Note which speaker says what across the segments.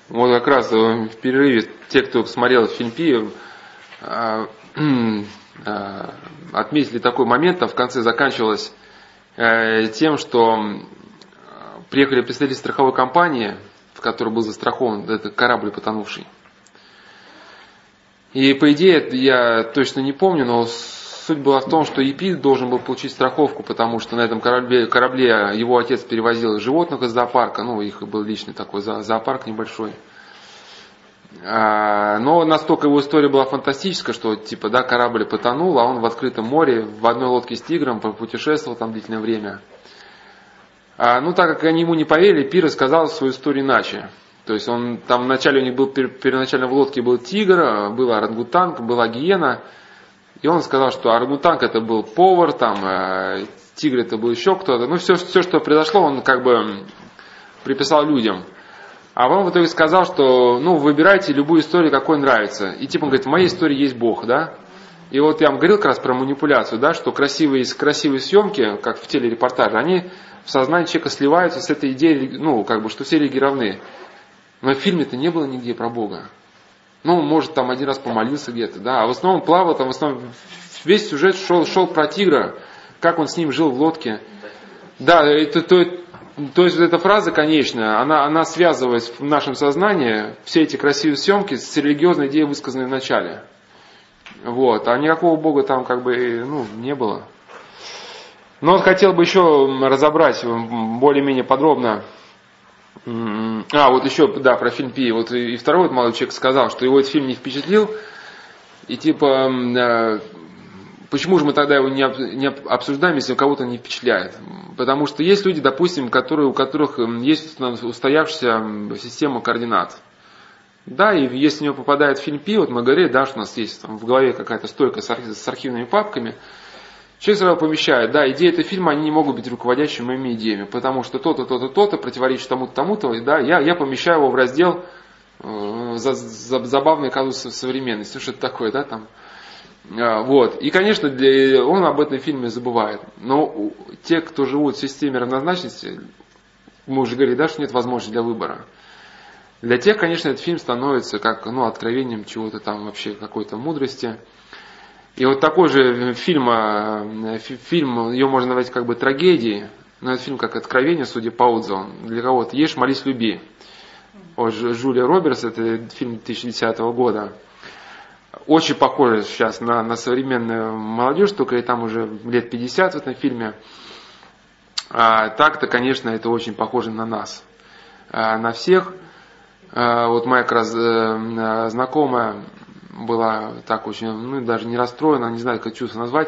Speaker 1: Вот как раз в перерыве те, кто смотрел фильм «Пи», отметили такой момент, а в конце заканчивалось тем, что приехали представители страховой компании, в которой был застрахован этот корабль потонувший. И по идее, я точно не помню, но суть была в том, что ЕПИ должен был получить страховку, потому что на этом корабле его отец перевозил животных из зоопарка, ну, их был личный такой зоопарк небольшой. Но настолько его история была фантастическая, что типа, да, корабль потонул, а он в открытом море в одной лодке с тигром путешествовал там длительное время. Ну, так как они ему не поверили, Пи рассказал свою историю иначе. То есть он там вначале у них был первоначально в лодке был тигр, был орангутанг, была гиена. И он сказал, что орангутанг это был повар, там, тигр это был еще кто-то. Ну, все, что произошло, он как бы приписал людям. А он в итоге сказал, что, ну, выбирайте любую историю, какой нравится. И типа он говорит, в моей истории есть Бог, да. И вот я вам говорил как раз про манипуляцию, да, что красивые съемки, как в телерепортаже, они в сознании человека сливаются с этой идеей, ну, как бы, что все религии равны. Но в фильме-то не было нигде про Бога. Ну, может, там один раз помолился где-то, да. А в основном плавал, там в основном весь сюжет шел про тигра, как он с ним жил в лодке. Да, то есть вот эта фраза конечная, она связывает в нашем сознании все эти красивые съемки с религиозной идеей, высказанной в начале. Вот. А никакого Бога там как бы, ну, не было. Но он хотел бы еще разобрать более-менее подробно. Вот еще, да, про фильм «Пи». Вот и второй вот молодой человек сказал, что его этот фильм не впечатлил. И типа, почему же мы тогда его не обсуждаем, если кого-то не впечатляет? Потому что есть люди, допустим, у которых есть устоявшаяся система координат. Да, и если в нее попадает фильм «Пи», вот мы говорили, да, что у нас есть там в голове какая-то стойка с архивными папками, человек сразу помещает, да, идеи этого фильма, они не могут быть руководящими моими идеями, потому что то-то, то-то, то-то противоречит тому-то, тому-то, да, я помещаю его в раздел забавные казусы современности, что-то такое, да, там. Вот. И, конечно, он об этом фильме забывает. Но те, кто живут в системе равнозначности, мы уже говорили, да, что нет возможности для выбора. Для тех, конечно, этот фильм становится как, ну, откровением чего-то там вообще, какой-то мудрости. И вот такой же фильм, ее можно назвать как бы трагедией, но этот фильм как откровение, судя по отзывам. Для кого-то «Ешь, молись, люби». Вот Джулия Робертс, это фильм 2010 года. Очень похоже сейчас на современную молодежь, только и там уже лет 50 в этом фильме. Так-то, конечно, это очень похоже на нас, на всех. Вот моя как раз знакомая была так очень, ну, даже не расстроена, не знаю, как чувство назвать,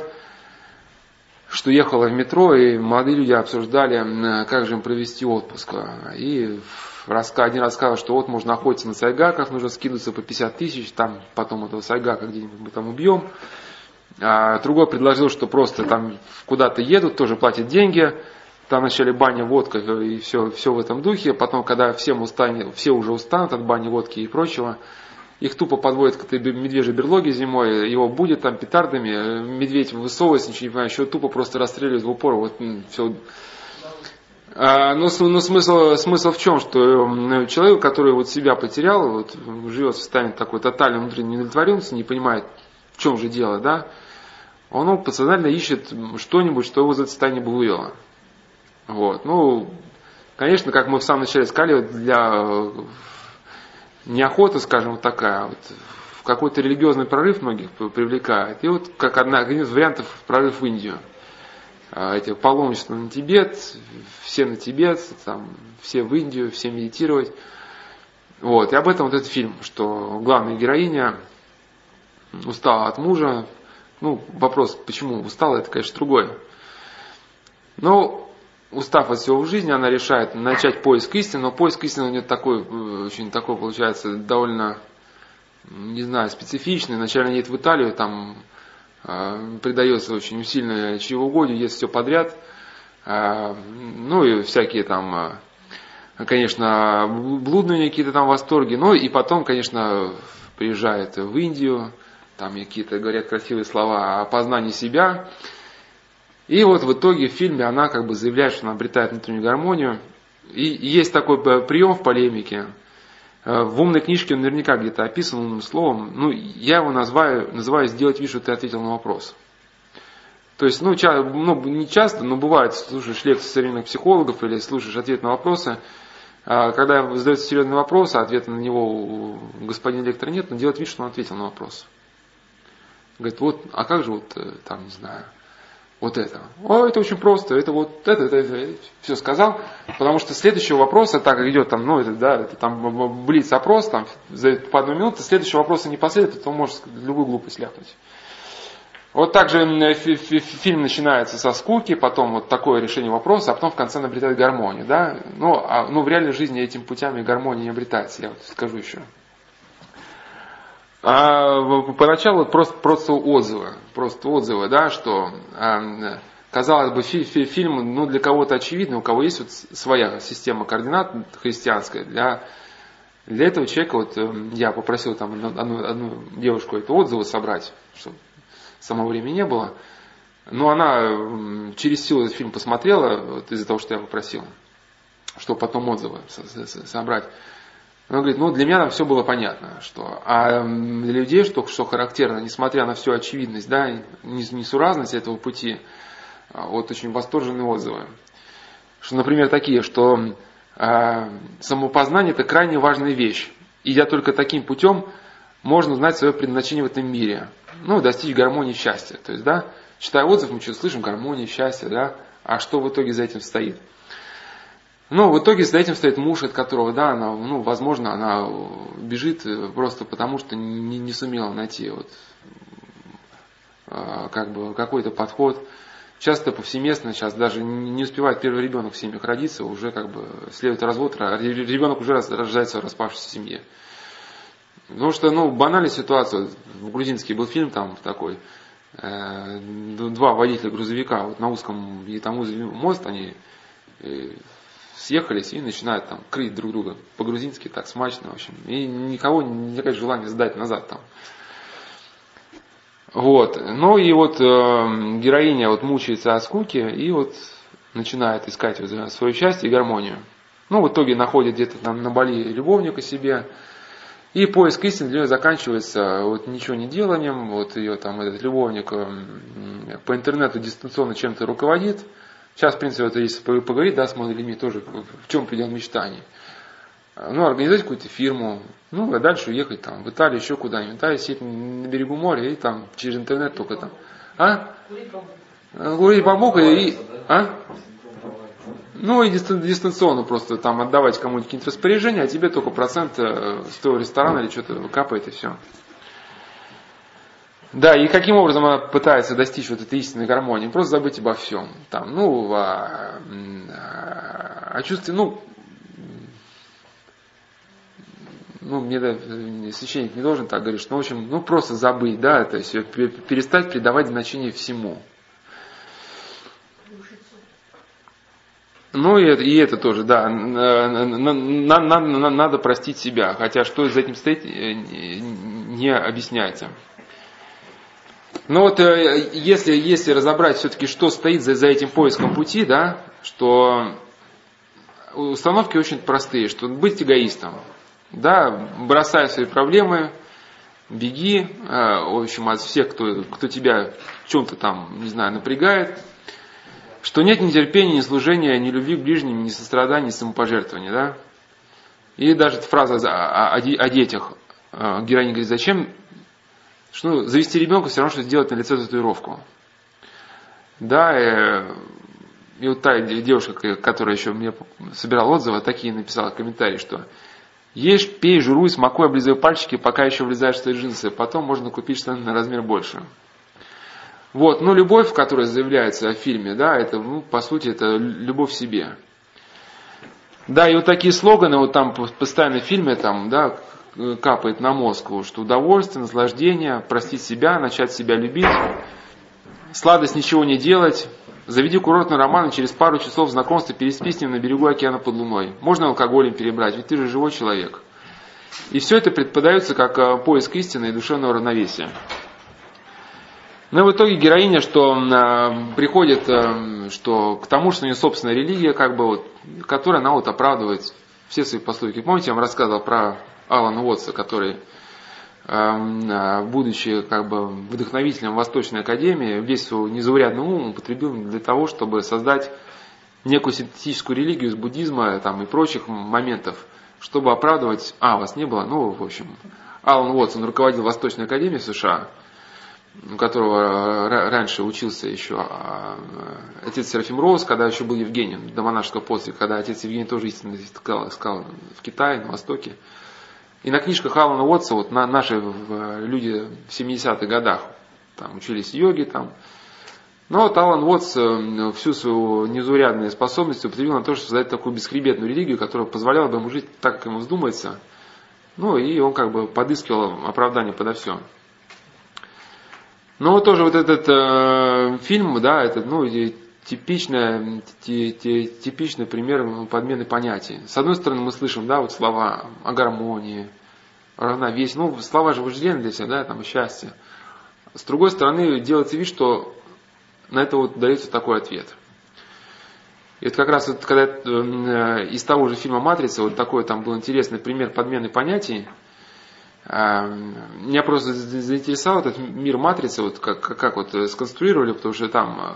Speaker 1: что ехала в метро, и молодые люди обсуждали, как же им провести отпуск. И один рассказывал, что вот можно охотиться на сайгаков, нужно скидываться по 50 тысяч, там потом этого сайгака где-нибудь мы там убьем. Другой предложил, что просто там куда-то едут, тоже платят деньги, там вначале баня, водка и все в этом духе, потом, когда все уже устанут от бани, водки и прочего, их тупо подводят к этой медвежьей берлоге зимой, его будет там петардами, медведь высовывается, ничего не понимаю, еще тупо просто расстреливают в упор, вот все. Но смысл в чем, что человек, который вот себя потерял, вот живет в состоянии такой тотальной внутренней неудовлетворенности, не понимает, в чем же дело, да, он подсознательно ищет что-нибудь, что его из этого состояния бы вывело. Вот. Ну, конечно, как мы в самом начале сказали, для неохота, скажем, вот такая, вот, в какой-то религиозный прорыв многих привлекает. И вот как один из вариантов прорыв в Индию. Эти паломничества на Тибет, все на Тибет, там, все в Индию, все медитировать. Вот. И об этом вот этот фильм, что главная героиня устала от мужа. Ну, вопрос, почему устала, это, конечно, другой. Но, устав от всего в жизни, она решает начать поиск истины, но поиск истины у нее такой, очень такой, получается, довольно, не знаю, специфичный. Вначале она едет в Италию, там предается очень сильно чревоугодию, ест все подряд, ну и всякие там, конечно, блудные какие-то там восторги, ну и потом, конечно, приезжает в Индию, там какие-то говорят красивые слова о познании себя, и вот в итоге в фильме она как бы заявляет, что она обретает внутреннюю гармонию, и есть такой прием в полемике, В умной книжке он наверняка где-то описан умным словом. Ну, я его называю «сделать вид, что ты ответил на вопрос». То есть, не часто, но бывает, слушаешь лекции современных психологов или слушаешь ответ на вопросы. Когда задается серьезный вопрос, а ответа на него у господина лектора нет, но делать вид, что он ответил на вопрос. Говорит, вот, а как же там, не знаю, вот это? Это очень просто, это все сказал, потому что следующего вопроса, так как идет там, это там блиц-опрос, там, по 1 минуту, следующего вопроса не последует, то он может любую глупость ляпнуть. Вот так же фильм начинается со скуки, потом вот такое решение вопроса, а потом в конце он обретает гармонию. Да? В реальной жизни этими путями гармония не обретается, я вот скажу еще. Поначалу просто отзывы, да, что казалось бы фильм для кого-то очевидный, у кого есть вот своя система координат христианская. Для этого человека я попросил там одну девушку это отзывы собрать, чтобы самого времени не было. Но она через силу этот фильм посмотрела, из-за того, что я попросил, чтобы потом отзывы собрать. Она говорит, для меня там все было понятно. А для людей, что характерно, несмотря на всю очевидность, да, несуразность этого пути, очень восторженные отзывы. Что, например, такие, что самопознание – это крайне важная вещь. Идя только таким путем, можно узнать свое предназначение в этом мире. Достичь гармонии счастья. То есть, да, читая отзыв, мы что-то слышим, гармония, счастье, да, а что в итоге за этим стоит? В итоге за этим стоит муж, от которого, да, она, возможно, она бежит просто потому, что не сумела найти какой-то подход. Часто повсеместно сейчас даже не успевает первый ребенок в семьях родиться, уже следует развод, ребенок уже рождается в распавшейся семье. Потому что, банальная ситуация, в грузинский был фильм там такой, 2 водителя грузовика на узком мост, они съехались и начинают там крыть друг друга по-грузински, так смачно, в общем. И никого нет желания сдать назад там. Героиня мучается от скуки и начинает искать свое счастье и гармонию. В итоге находит где-то там на Бали любовника себе. И поиск истины для нее заканчивается ничего не деланием. Ее там этот любовник по интернету дистанционно чем-то руководит. Сейчас, в принципе, если поговорить, да, с молодыми людьми, тоже в чем предел мечтаний. Организовать какую-то фирму, а дальше уехать там в Италию, еще куда-нибудь, да, и сидеть на берегу моря и там через интернет только там. Курить бамбук и дистанционно просто там отдавать кому-нибудь какие-то распоряжения, а тебе только процент с твоего ресторана или что-то капает и все. Да, и каким образом она пытается достичь этой истинной гармонии? Просто забыть обо всем. Там, о чувстве, мне священник не должен так говорить, что, в общем, просто забыть, да, то есть перестать придавать значение всему. И это тоже, да, надо простить себя, хотя что за этим стоит, не объясняется. Если разобрать все-таки, что стоит за этим поиском пути, да, что установки очень простые, что быть эгоистом, да, бросай свои проблемы, беги, в общем, от всех, кто тебя в чем-то там, не знаю, напрягает, что нет ни терпения, ни служения, ни любви к ближним, ни сострадания, ни самопожертвования, да. И даже эта фраза о детях, героиня говорит, зачем, что завести ребенка все равно, что сделать на лице татуировку. Да, и та девушка, которая еще мне собирала отзывы, такие написала комментарии, что ешь, пей, жируй, смакуй, облизывай пальчики, пока еще влезаешь в свои джинсы, потом можно купить что-то на размер больше. Любовь, которая заявляется в фильме, да, это, по сути, это любовь к себе. Да, и такие слоганы, там постоянно в фильме, там, да, капает на мозг, что удовольствие, наслаждение, простить себя, начать себя любить, сладость ничего не делать, заведи курортный роман и через пару часов знакомства переспи с ним на берегу океана под луной. Можно алкоголем перебрать, ведь ты же живой человек. И все это преподается как поиск истины и душевного равновесия. В итоге героиня, что приходит что к тому, что у нее собственная религия, которой она оправдывает все свои поступки. Помните, я вам рассказывал про Алана Уотса, который, будучи как бы вдохновителем Восточной Академии, весь свой незаурядный ум употребил для того, чтобы создать некую синтетическую религию из буддизма там, и прочих моментов, чтобы оправдывать... вас не было? Ну, в общем, Алан Уотс, он руководил Восточной Академией США, у которого раньше учился еще отец Серафим Роуз, когда еще был Евгением, до монашеского подвига, когда отец Евгений тоже истинно искал в Китае, на Востоке. И на книжках Алана Уотса, вот наши люди в 70-х годах там, учились йоге, там. Но вот Алан Уотс всю свою незаурядную способность употребил на то, чтобы создать такую бесхребетную религию, которая позволяла бы ему жить так, как ему вздумается. Ну и он как бы подыскивал оправдание подо все. Но вот тоже вот этот фильм, да, это типичный пример подмены понятий. С одной стороны, мы слышим, да, вот слова о гармонии, о равновесии. Ну, слова же вожделенные для всех, да, там, о счастье. С другой стороны, делается вид, что на это вот дается такой ответ. И это как раз вот, когда из того же фильма «Матрица», вот такой там был интересный пример подмены понятий. Меня просто заинтересовал этот мир «Матрицы», вот как вот сконструировали, потому что там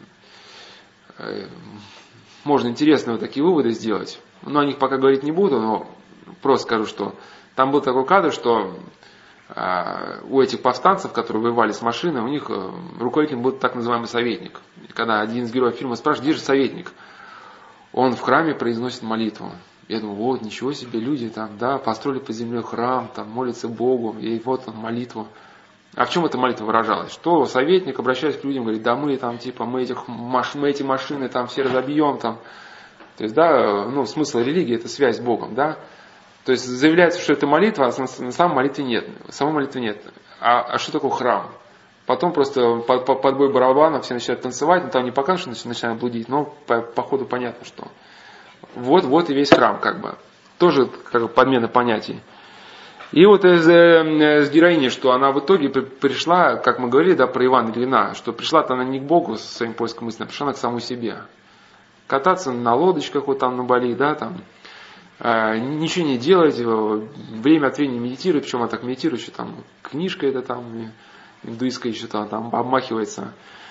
Speaker 1: можно интересные вот такие выводы сделать. Но о них пока говорить не буду, но просто скажу, что там был такой кадр, что у этих повстанцев, которые воевали с машиной, у них руководителем был так называемый советник. И когда один из героев фильма спрашивает, где же советник? Он в храме произносит молитву. Я думаю, вот, ничего себе, люди там, да, построили под землей храм, там, молятся Богу, и вот он, молитву. А в чем эта молитва выражалась? Что советник, обращаясь к людям, говорит, да мы там, типа, мы эти машины там все разобьем, там. То есть, да, смысл религии – это связь с Богом, да. То есть, заявляется, что это молитва, а на самой молитве нет. Самой молитвы нет. А что такое храм? Потом просто под бой барабанов все начинают танцевать, там не показано, что начинают блудить, но по ходу понятно, что вот и весь храм, как бы. Тоже как бы подмена понятий. И вот с героиней, что она в итоге пришла, как мы говорили, да, про Ивана Ильина, что пришла-то она не к Богу со своим поиском истины, а пришла она к самой себе. Кататься на лодочках вот там на Бали, да, там, ничего не делать, время от времени медитировать, причем она так медитирует, что там книжка это там, индуистская еще там обмахивается.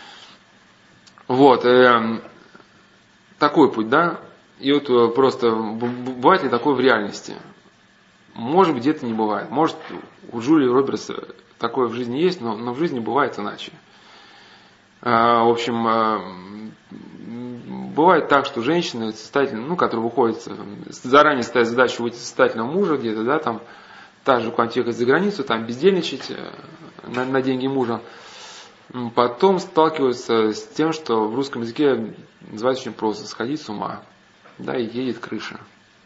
Speaker 1: Вот, такой путь, да, и вот просто, бывает ли такое в реальности? Может, где-то не бывает. Может, у Джулии Робертс такое в жизни есть, но в жизни бывает иначе. В общем, бывает так, что женщины состоятельные, которые выходят, заранее ставят задачу выйти состоятельного мужа где-то, да, там, также куда-нибудь ехать за границу, там, бездельничать на деньги мужа. Потом сталкиваются с тем, что в русском языке называется очень просто сходить с ума, да, и едет крыша.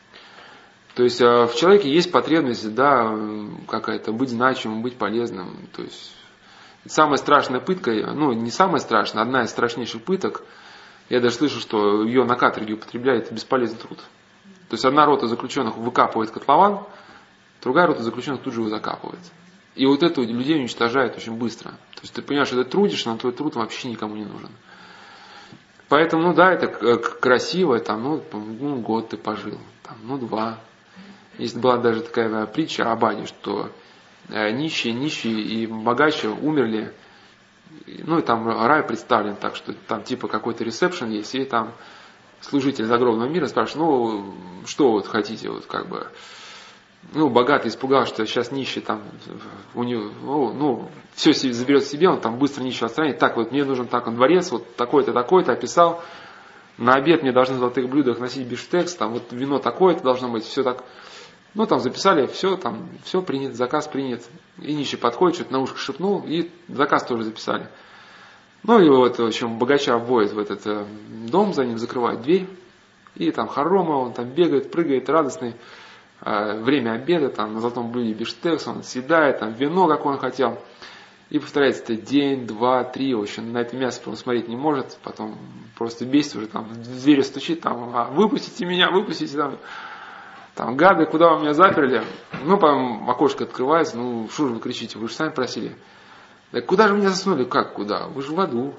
Speaker 1: То есть в человеке есть потребность, да, какая-то быть значимым, быть полезным. То есть самая страшная пытка, не самая страшная, одна из страшнейших пыток, я даже слышу, что ее на каторге употребляют, это бесполезный труд. То есть одна рота заключенных выкапывает котлован, другая рота заключенных тут же его закапывает. И вот это людей уничтожает очень быстро. То есть ты понимаешь, что ты трудишься, но твой труд вообще никому не нужен. Поэтому, да, это красиво, там, год ты пожил, там, 2. Есть была даже такая притча об Аде, что нищие и богаче умерли, и там рай представлен так, что там типа какой-то ресепшн есть, и там служитель загробного мира спрашивает, что вот хотите, вот как бы, богатый испугался, что сейчас нищий там, у него, все заберет себе, он там быстро нищего отстранит, так вот мне нужен так, дворец, вот такой-то, такой-то, описал, на обед мне должны в золотых блюдах носить бифштекс, там вот вино такое-то должно быть, все так. Там записали, все принято, заказ принят. И нищий подходит, что-то на ушко шепнул, и заказ тоже записали. И вот, в общем, богача вводят в этот дом, за ним закрывают дверь, и там хорома, он там бегает, прыгает, радостный. Время обеда, там на золотом блюде бифштекс, он съедает, там вино, как он хотел. И повторяется это день, 2, 3, в общем, на это мясо просто смотреть не может, потом просто бесит уже, там в двери стучит, там, выпустите меня, выпустите, там, гады, куда вы меня заперли? Потом окошко открывается, что же вы кричите, вы же сами просили. Да куда же меня засунули? Как куда? Вы же в аду.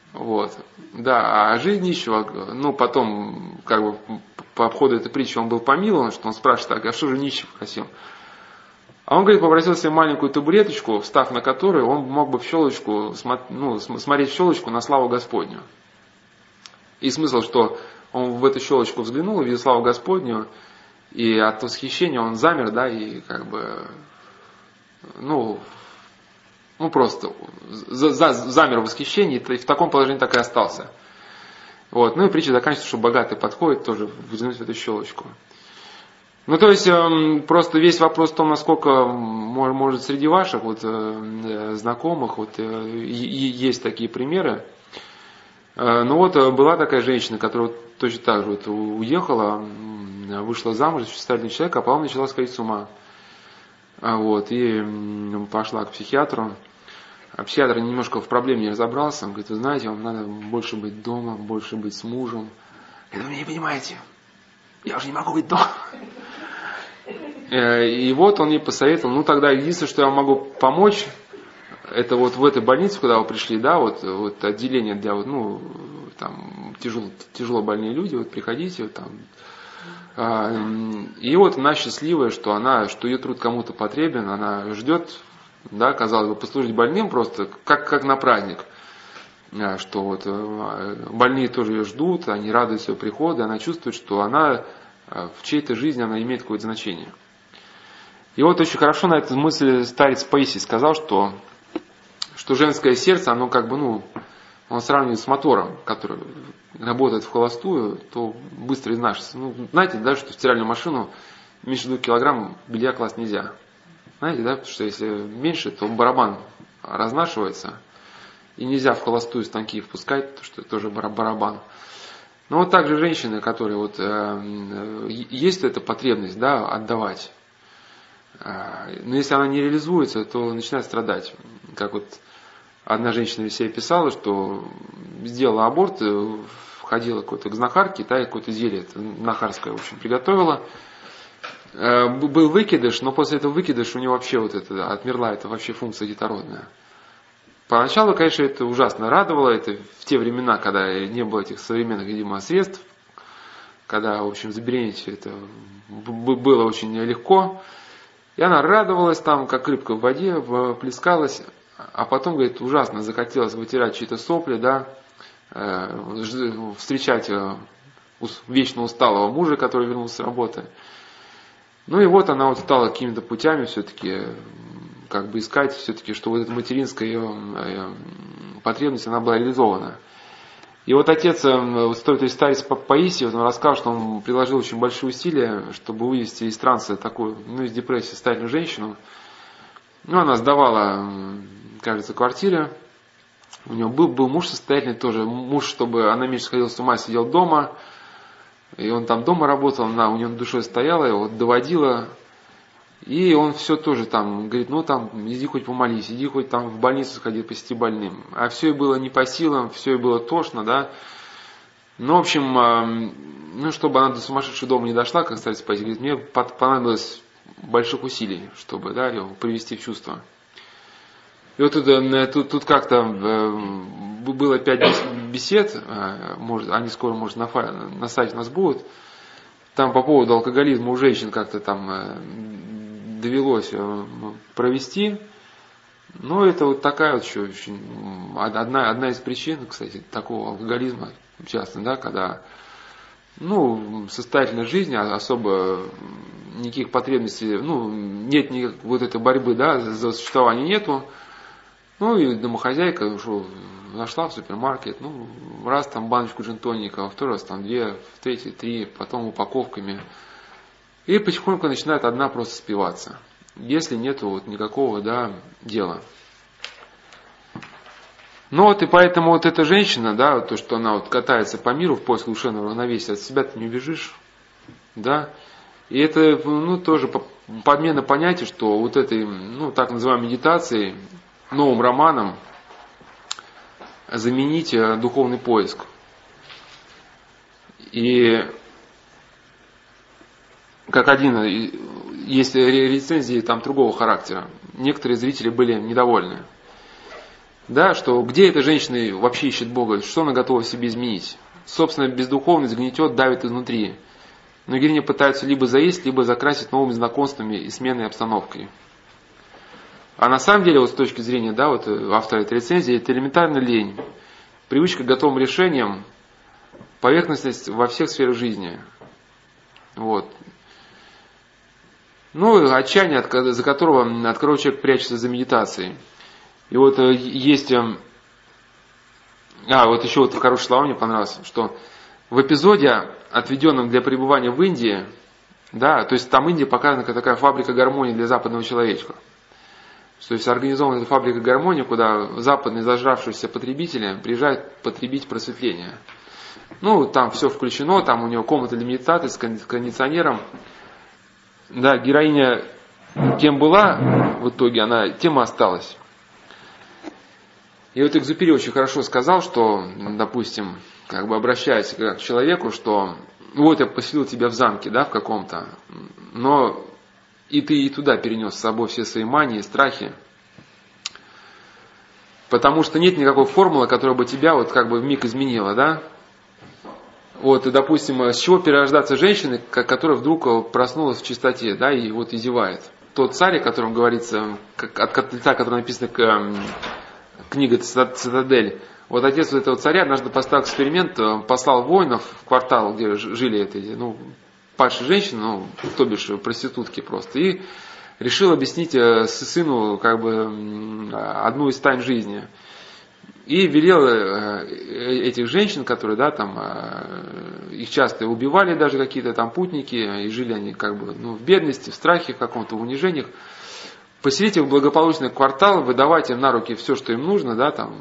Speaker 1: Вот. Да, а жизнь нищего, ну, потом, как бы, по обходу этой притчи он был помилован, что он спрашивает, так, а что же нищий просил? А он, говорит, попросил себе маленькую табуреточку, встав на которую, он мог бы в щелочку, смотреть в щелочку на славу Господню. И смысл, что он в эту щелочку взглянул, увидел славу Господню, и от восхищения он замер, да, и как бы, просто замер в восхищении, и в таком положении так и остался. Вот. Ну и притча заканчивается, что богатый подходит тоже взглянуть в эту щелочку. Ну, то есть, просто весь вопрос в том, насколько, может, среди ваших вот, знакомых вот, есть такие примеры. Ну вот, была такая женщина, которая вот, точно так же вот, уехала, вышла замуж за состоятельного человека, а потом начала сходить с ума. Вот, и пошла к психиатру. А психиатр немножко в проблеме не разобрался. Он говорит, вы знаете, вам надо больше быть дома, больше быть с мужем. Я говорю, вы не понимаете, я уже не могу быть дома. И вот он мне посоветовал, ну тогда единственное, что я могу помочь, это вот в этой больнице, куда вы пришли, да, вот отделение для вот, там тяжело больные люди, вот приходите, вот, там. И вот она счастливая, что ее труд кому-то потребен, она ждет, да, казалось бы, послужить больным просто как на праздник. Что вот больные тоже ее ждут, они радуются ее приходу, она чувствует, что она в чьей-то жизни она имеет какое-то значение. И вот очень хорошо на эту мысль старец Паисий сказал, что женское сердце, оно как бы, он сравнивает с мотором, который работает в холостую, то быстро изнашивается. Знаете, да, что в стиральную машину меньше 2 килограмм белья класть нельзя. Знаете, да, потому что если меньше, то барабан разнашивается, и нельзя в холостую станки впускать, потому что это тоже барабан. Но вот также женщины, которые вот есть эта потребность, да, отдавать. Но если она не реализуется, то начинает страдать. Как вот одна женщина себе писала, что сделала аборт, ходила к знахарке, та какое-то зелье знахарское, в общем, приготовила. Был выкидыш, но после этого выкидыша у нее вообще вот это отмерла, это вообще функция детородная. Поначалу, конечно, это ужасно радовало, это в те времена, когда не было этих современных, видимо, средств, когда, в общем, забеременеть это было очень легко. И она радовалась там, как рыбка в воде, плескалась, а потом, говорит, ужасно захотелось вытирать чьи-то сопли, да, встречать вечно усталого мужа, который вернулся с работы. Ну и вот она вот стала какими-то путями все-таки, как бы искать все-таки, что вот эта материнская ее потребность, она была реализована. И вот отец, старец Паисий, он рассказал, что он приложил очень большие усилия, чтобы вывести из транса такую, из депрессии состоятельную женщину. Она сдавала, кажется, квартиру. У нее был муж состоятельный тоже. Муж, чтобы она меньше сходила с ума, сидел дома. И он там дома работал, она у него на душе стояла, его доводила. И он все тоже там, говорит, иди хоть помолись, иди хоть там в больницу сходи, посети больным. А все ей было не по силам, все ей было тошно, да. Ну, в общем, чтобы она до сумасшедшего дома не дошла, как старец Паисий, говорит, мне понадобилось больших усилий, чтобы, да, ее привести в чувство. И вот тут как-то было 5 бесед, они скоро, может, на сайте у нас будут. Там по поводу алкоголизма у женщин как-то там довелось провести. Но это вот такая вот еще очень одна из причин, кстати, такого алкоголизма, часто, да, когда состоятельной жизни особо никаких потребностей, нет никакой вот этой борьбы, да, за существование нету. И домохозяйка зашла в супермаркет, раз там баночку джин-тоника, во второй раз там 2, в третий 3, потом упаковками. И потихоньку начинает одна просто спиваться, если нету вот никакого, да, дела. И поэтому вот эта женщина, да, то, что она вот катается по миру в поиске душевного равновесия, от себя ты не убежишь, да. И это, тоже подмена понятия, что вот этой, так называемой медитацией, новым романом заменить духовный поиск. И как есть рецензии там другого характера. Некоторые зрители были недовольны. Да, что где эта женщина вообще ищет Бога, что она готова в себе изменить. Собственно, бездуховность гнетет, давит изнутри. Но героиня пытается либо заесть, либо закрасить новыми знакомствами и сменой обстановкой. А на самом деле, вот с точки зрения, да, вот автора этой рецензии, это элементарная лень. Привычка к готовым решениям, поверхностность во всех сферах жизни. Вот. Ну, отчаяние, от которого человек прячется за медитацией. И вот есть... вот еще вот хорошее слово мне понравилось, что в эпизоде, отведенном для пребывания в Индии, да, то есть там Индия показана как такая фабрика гармонии для западного человечества. То есть организована эта фабрика гармонии, куда западные зажравшиеся потребители приезжают потребить просветление. Ну, там все включено, там у него комната для медитации с кондиционером. Да, героиня кем была, в итоге она тем и осталась. И вот Экзюпери очень хорошо сказал, что, допустим, как бы обращаясь к человеку, что вот я поселил тебя в замке, да, в каком-то, но и ты и туда перенес с собой все свои мании, страхи. Потому что нет никакой формулы, которая бы тебя вот как бы вмиг изменила, да. Вот, и, допустим, с чего перерождаться женщины, которая вдруг проснулась в чистоте, да, и вот изевает. Тот царь, о котором говорится, от лица, который написано книга «Цитадель». Вот отец вот этого царя однажды поставил эксперимент, послал воинов в квартал, где жили эти, падшие женщины, то бишь проститутки просто, и решил объяснить сыну как бы одну из тайн жизни. И велел этих женщин, которые, да, там, их часто убивали даже какие-то там путники, и жили они как бы, в бедности, в страхе, в каком-то унижениях, поселить их в благополучный квартал, выдавать им на руки все, что им нужно, да, там,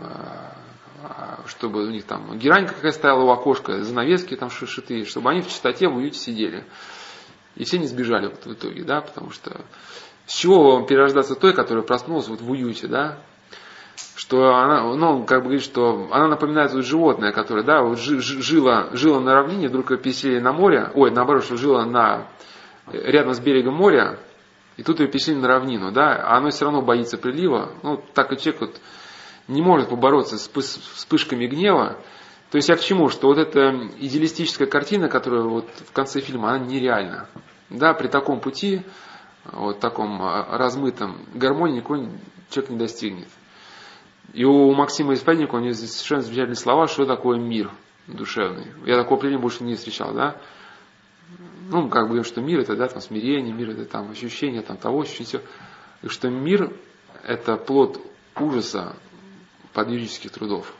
Speaker 1: чтобы у них там герань какая стояла у окошка, занавески там шитые, чтобы они в чистоте, в уюте сидели. И все не сбежали вот в итоге, да, потому что с чего вам перерождаться той, которая проснулась вот в уюте, да, что она, как бы говорит, что она напоминает вот животное, которое, да, вот жило на равнине, вдруг ее переселили на море, наоборот, что жило рядом с берегом моря, и тут ее переселили на равнину, да, а оно все равно боится прилива, так и человек вот не может побороться с вспышками гнева. То есть я к чему? Что вот эта идеалистическая картина, которая вот в конце фильма, она нереальна. Да, при таком пути, вот таком размытом, гармонии никакой человек не достигнет. И у Максима Исповедника у него здесь совершенно замечательные слова, что такое мир душевный. Я такого определения больше не встречал, да. Как бы говорим, что мир это, да, там смирение, мир это там ощущение, там того, ощущение, и что мир это плод ужаса подвижнических трудов.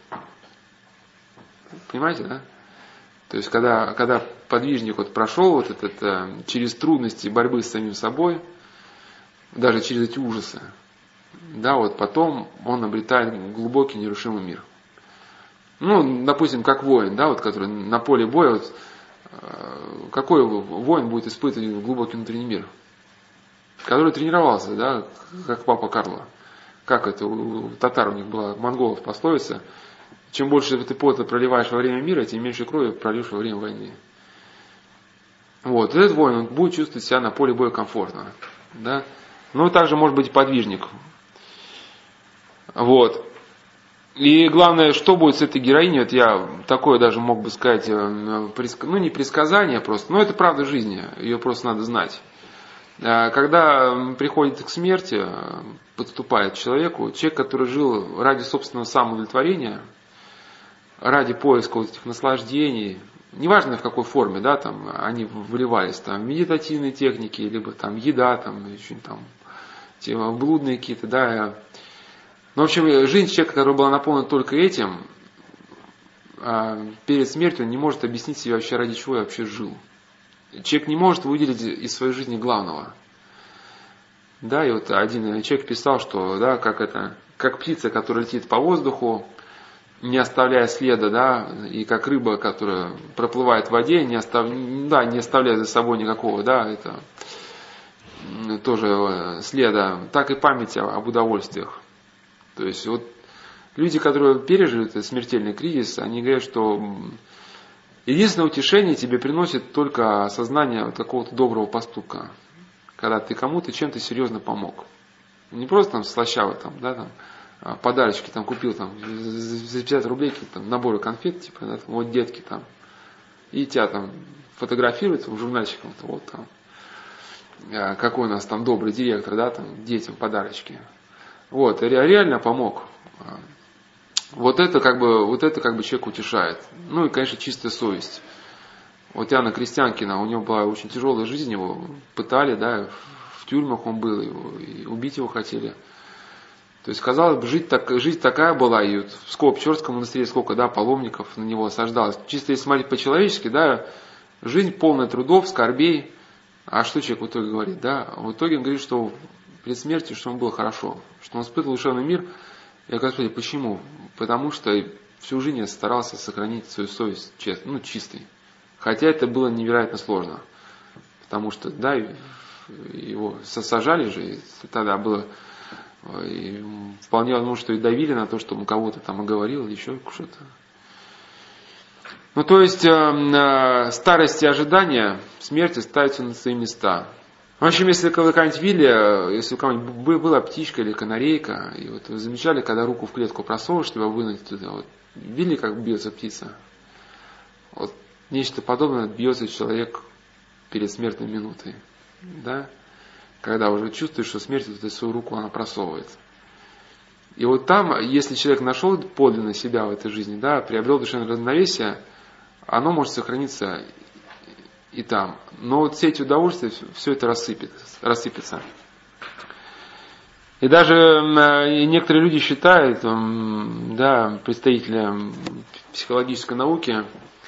Speaker 1: Понимаете, да? То есть, когда подвижник вот прошел вот через трудности борьбы с самим собой, даже через эти ужасы, да, вот потом он обретает глубокий нерушимый мир. Допустим, как воин, да, вот, который на поле боя, вот, какой воин будет испытывать глубокий внутренний мир? Который тренировался, да, как папа Карло. Как это у татар, у них была, монголов пословица: чем больше ты пота проливаешь во время мира, тем меньше крови прольешь во время войны. Вот, этот воин, он будет чувствовать себя на поле боя комфортно. Да? Также может быть подвижник. Вот. И главное, что будет с этой героиней, вот я такое даже мог бы сказать, не предсказание просто, но это правда жизни, ее просто надо знать. Когда приходит к смерти, подступает к человеку, человек, который жил ради собственного самоудовлетворения, ради поиска вот этих наслаждений, неважно в какой форме, да, там они выливались, там медитативные техники, либо там еда, там еще там блудные какие-то, да. В общем, жизнь человека, которая была наполнена только этим, перед смертью он не может объяснить себе вообще, ради чего я вообще жил. Человек не может выделить из своей жизни главного. Да, и вот один человек писал, что, да, как птица, которая летит по воздуху, не оставляя следа, да, и как рыба, которая проплывает в воде, не оставляя за собой никакого, да, это тоже следа, так и память об удовольствиях. То есть вот люди, которые пережили этот смертельный кризис, они говорят, что единственное утешение тебе приносит только осознание какого-то доброго поступка, когда ты кому-то чем-то серьезно помог. Не просто там слащаво, там, да, там, подарочки там купил там за 50 рублей там наборы конфет, типа, да, вот детки там, и тебя там фотографируют там, журнальчиком, вот там, какой у нас там добрый директор, да, там, детям подарочки. Вот, реально помог. Вот это как бы человек утешает. Ну и, конечно, чистая совесть. Вот Иоанна Крестьянкина, у него была очень тяжелая жизнь, его пытали, да, в тюрьмах он был, и убить его хотели. То есть, казалось бы, жизнь такая была, и вот в Псково-Печорском монастыре сколько, да, паломников на него осаждалось. Чисто если смотреть по-человечески, да, жизнь полная трудов, скорбей. А что человек в итоге говорит, да? В итоге он говорит, что перед смертью, что ему было хорошо, что он испытывал душевный мир. Я говорю, Господи, почему? Потому что всю жизнь я старался сохранить свою совесть чистой. Хотя это было невероятно сложно. Потому что, да, его сажали же, и тогда было и вполне возможно, что и давили на то, что он кого-то там оговорил или еще что-то. Ну, то есть, старость и ожидания смерти ставятся на свои места. В общем, если вы когда-нибудь видели, если у кого-нибудь была птичка или канарейка, и вот вы замечали, когда руку в клетку просовываешь, чтобы вынуть туда, вот, видели, как бьется птица? Вот нечто подобное бьется человек перед смертной минутой. Да? Когда уже чувствуешь, что смерть, вот свою руку она просовывает. И вот там, если человек нашел подлинно себя в этой жизни, да, приобрел душевное равновесие, оно может сохраниться и там. Но вот все эти удовольствия, все это рассыпется. И даже некоторые люди считают, да, представители психологической науки,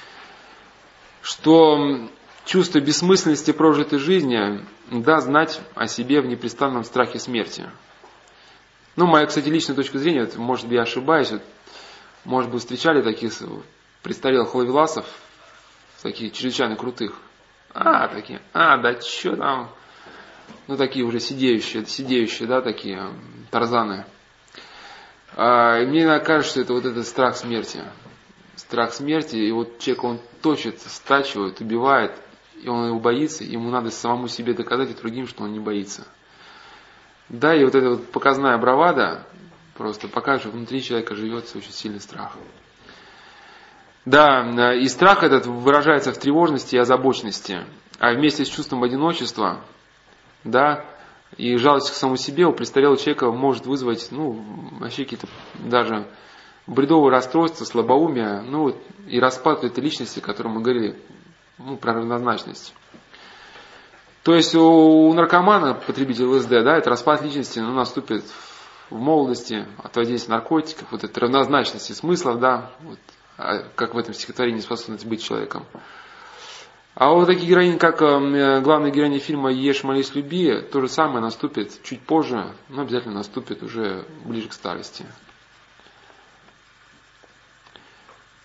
Speaker 1: что чувство бессмысленности прожитой жизни даст знать о себе в непрестанном страхе смерти. Ну, моя, кстати, личная точка зрения, вот, может быть, я ошибаюсь, вот, может быть, встречали таких престарелых ловеласов, таких чрезвычайно крутых. Да что там, ну, такие уже сидеющие, да, такие тарзаны. И мне иногда кажется, что это вот этот страх смерти. Страх смерти, и вот человек, он точит, стачивает, убивает, и он его боится, ему надо самому себе доказать и другим, что он не боится. Да, и вот эта вот показная бравада просто покажет, что внутри человека живет очень сильный страх. Да, и страх этот выражается в тревожности и озабоченности, а вместе с чувством одиночества, да, и жалость к самому себе у престарелого человека может вызвать, ну, вообще какие-то даже бредовые расстройства, слабоумие, ну, вот, и распад этой личности, о которой мы говорили, ну, про равнозначность. То есть у наркомана, потребителя ЛСД, да, это распад личности, ну, наступит в молодости от воздействия наркотиков, вот этой равнозначности смыслов, да, вот, как в этом стихотворении способность быть человеком. А вот такие героини, как главная героиня фильма «Ешь, молись, люби», то же самое наступит чуть позже, но обязательно наступит уже ближе к старости.